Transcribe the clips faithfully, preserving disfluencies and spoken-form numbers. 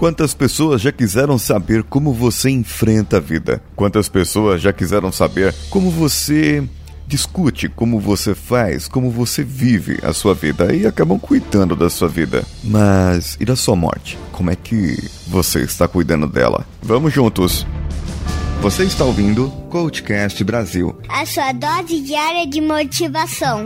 Quantas pessoas já quiseram saber como você enfrenta a vida? Quantas pessoas já quiseram saber como você discute, como você faz, como você vive a sua vida e acabam cuidando da sua vida? Mas e da sua morte? Como é que você está cuidando dela? Vamos juntos! Você está ouvindo Coachcast Brasil, a sua dose diária de motivação.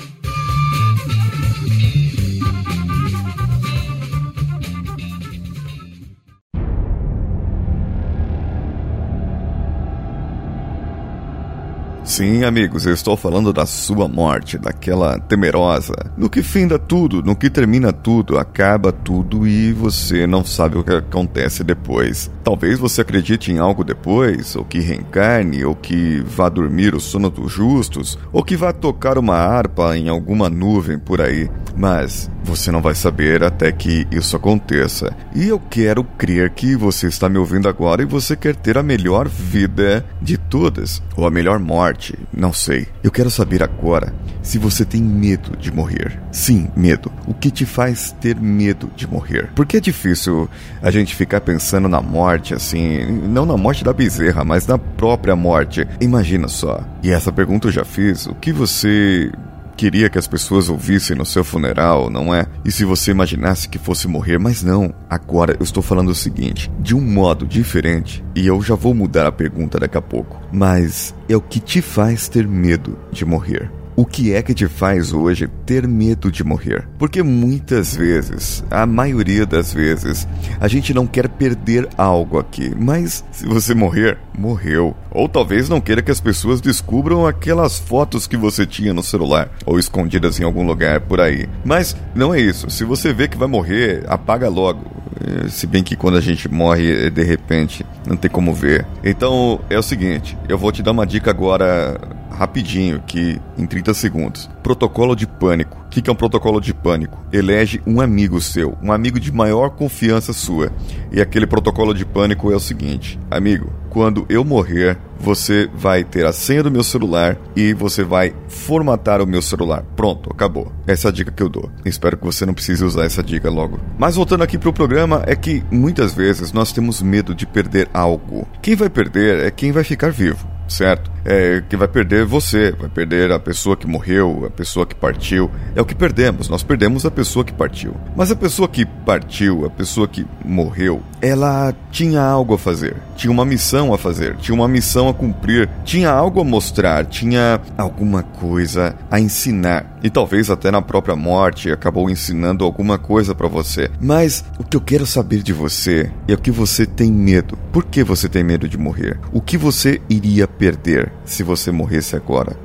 Sim, amigos, eu estou falando da sua morte, daquela temerosa, no que finda tudo, no que termina tudo, acaba tudo e você não sabe o que acontece depois. Talvez você acredite em algo depois, ou que reencarne, ou que vá dormir o sono dos justos, ou que vá tocar uma harpa em alguma nuvem por aí, mas você não vai saber até que isso aconteça. E eu quero crer que você está me ouvindo agora e você quer ter a melhor vida de todas, ou a melhor morte. Não sei. Eu quero saber agora se você tem medo de morrer. Sim, medo. O que te faz ter medo de morrer? Porque é difícil a gente ficar pensando na morte assim, não na morte da bezerra, mas na própria morte. Imagina só. E essa pergunta eu já fiz. O que você queria que as pessoas ouvissem no seu funeral, não é? E se você imaginasse que fosse morrer, mas não. Agora eu estou falando o seguinte, de um modo diferente, e eu já vou mudar a pergunta daqui a pouco, mas é o que te faz ter medo de morrer. O que é que te faz hoje ter medo de morrer? Porque muitas vezes, a maioria das vezes, a gente não quer perder algo aqui. Mas se você morrer, morreu. Ou talvez não queira que as pessoas descubram aquelas fotos que você tinha no celular, ou escondidas em algum lugar por aí. Mas não é isso. Se você vê que vai morrer, apaga logo. Se bem que quando a gente morre, de repente, não tem como ver. Então, é o seguinte, eu vou te dar uma dica agora rapidinho, aqui em trinta segundos. Protocolo de pânico. O que é um protocolo de pânico? Elege um amigo seu, um amigo de maior confiança sua. E aquele protocolo de pânico é o seguinte: amigo, quando eu morrer, você vai ter a senha do meu celular e você vai formatar o meu celular. Pronto, acabou. Essa é a dica que eu dou. Espero que você não precise usar essa dica logo. Mas voltando aqui pro programa, é que muitas vezes nós temos medo de perder algo. Quem vai perder é quem vai ficar vivo, certo? É, que vai perder você, vai perder a pessoa que morreu, a pessoa que partiu. É o que perdemos, nós perdemos a pessoa que partiu. Mas a pessoa que partiu, a pessoa que morreu, ela tinha algo a fazer, tinha uma missão a fazer, tinha uma missão a cumprir, tinha algo a mostrar, tinha alguma coisa a ensinar. E talvez até na própria morte acabou ensinando alguma coisa pra você. Mas o que eu quero saber de você é o que você tem medo. Por que você tem medo de morrer? O que você iria perder se você morresse agora?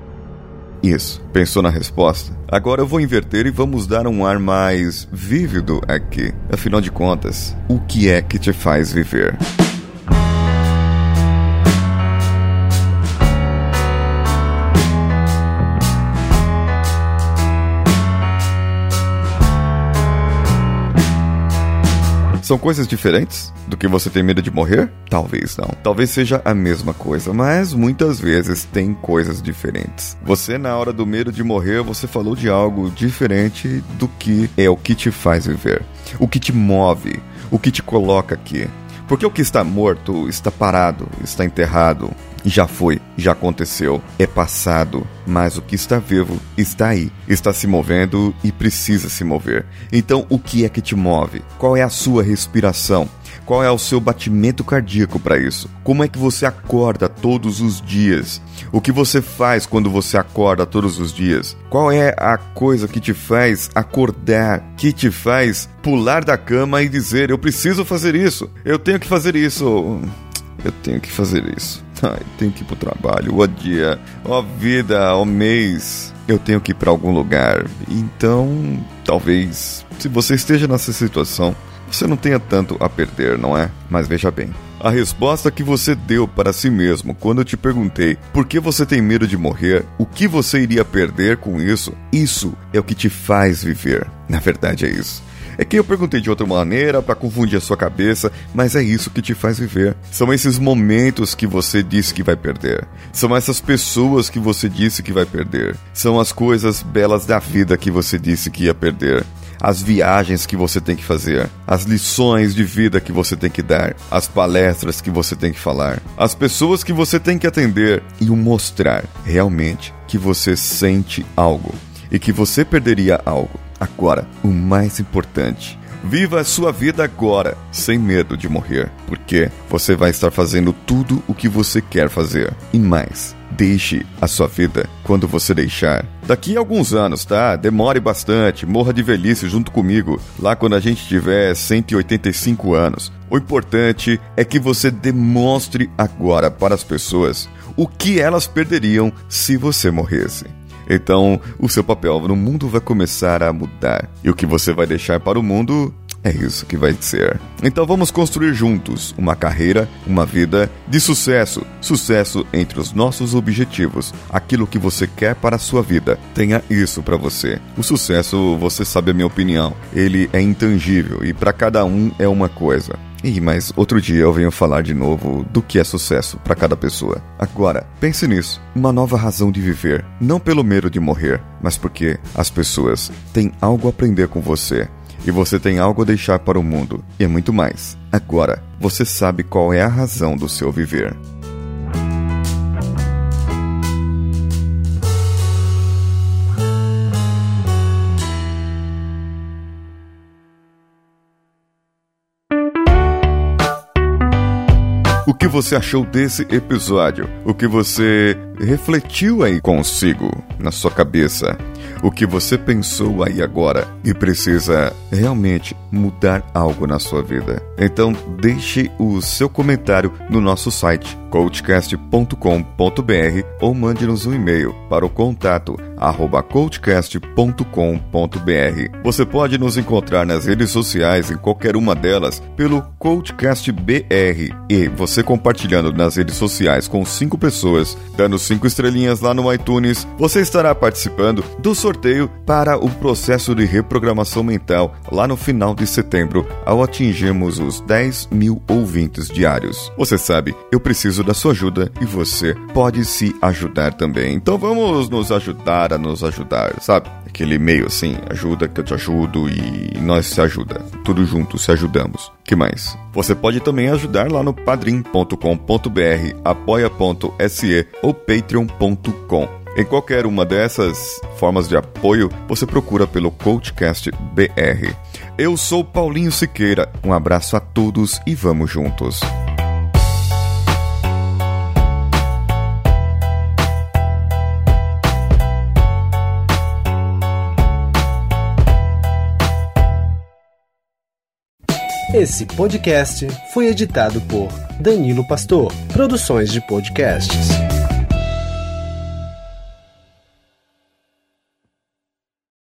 Isso, pensou na resposta? Agora eu vou inverter e vamos dar um ar mais vívido aqui. Afinal de contas, o que é que te faz viver? São coisas diferentes do que você tem medo de morrer? Talvez não. Talvez seja a mesma coisa, mas muitas vezes tem coisas diferentes. Você, na hora do medo de morrer, você falou de algo diferente do que é o que te faz viver. O que te move, o que te coloca aqui. Porque o que está morto está parado, está enterrado. Já foi, já aconteceu, é passado, mas o que está vivo está aí, está se movendo e precisa se mover. Então, o que é que te move? Qual é a sua respiração? Qual é o seu batimento cardíaco para isso? Como é que você acorda todos os dias? O que você faz quando você acorda todos os dias? Qual é a coisa que te faz acordar, que te faz pular da cama e dizer: eu preciso fazer isso, eu tenho que fazer isso, eu tenho que fazer isso. Ai, tenho que ir pro trabalho, ó dia, ó vida, ó mês, eu tenho que ir para algum lugar. Então, talvez, se você esteja nessa situação, você não tenha tanto a perder, não é? Mas veja bem, a resposta que você deu para si mesmo quando eu te perguntei por que você tem medo de morrer, o que você iria perder com isso, isso é o que te faz viver. Na verdade é isso. É que eu perguntei de outra maneira para confundir a sua cabeça, mas é isso que te faz viver. São esses momentos que você disse que vai perder. São essas pessoas que você disse que vai perder. São as coisas belas da vida que você disse que ia perder. as viagens que você tem que fazer, as lições de vida que você tem que dar, as palestras que você tem que falar, as pessoas que você tem que atender e o mostrar realmente que você sente algo e que você perderia algo. Agora, o mais importante, viva a sua vida agora, sem medo de morrer, porque você vai estar fazendo tudo o que você quer fazer e mais. Deixe a sua vida quando você deixar. Daqui a alguns anos, tá? Demore bastante, morra de velhice junto comigo, lá quando a gente tiver cento e oitenta e cinco anos. O importante é que você demonstre agora para as pessoas o que elas perderiam se você morresse. Então, o seu papel no mundo vai começar a mudar. E o que você vai deixar para o mundo é isso que vai ser. Então vamos construir juntos uma carreira, uma vida de sucesso. Sucesso entre os nossos objetivos. Aquilo que você quer para a sua vida. Tenha isso para você. O sucesso, você sabe a minha opinião, ele é intangível e para cada um é uma coisa. Ih, mas outro dia eu venho falar de novo do que é sucesso para cada pessoa. Agora, pense nisso. Uma nova razão de viver. Não pelo medo de morrer, mas porque as pessoas têm algo a aprender com você. E você tem algo a deixar para o mundo. E é muito mais. Agora, você sabe qual é a razão do seu viver. O que você achou desse episódio? O que você refletiu aí consigo, na sua cabeça? O que você pensou aí agora e precisa realmente mudar algo na sua vida? Então deixe o seu comentário no nosso site coachcast ponto com ponto b r ou mande-nos um e-mail para o contato arroba coachcast ponto com ponto b r. Você pode nos encontrar nas redes sociais, em qualquer uma delas, pelo Coachcast B R. E você compartilhando nas redes sociais com cinco pessoas, dando cinco estrelinhas lá no iTunes, você estará participando do sorteio para o processo de reprogramação mental lá no final de setembro, ao atingirmos os dez mil ouvintes diários. Você sabe, eu preciso da sua ajuda e você pode se ajudar também. Então vamos nos ajudar a nos ajudar, sabe? Aquele e-mail assim, ajuda que eu te ajudo e nós se ajuda. Tudo junto, se ajudamos. Que mais? Você pode também ajudar lá no padrim ponto com ponto b r, apoia ponto s e ou patreon ponto com. Em qualquer uma dessas formas de apoio, você procura pelo Coachcast B R. Eu sou Paulinho Siqueira. Um abraço a todos e vamos juntos. Esse podcast foi editado por Danilo Pastor, Produções de Podcasts.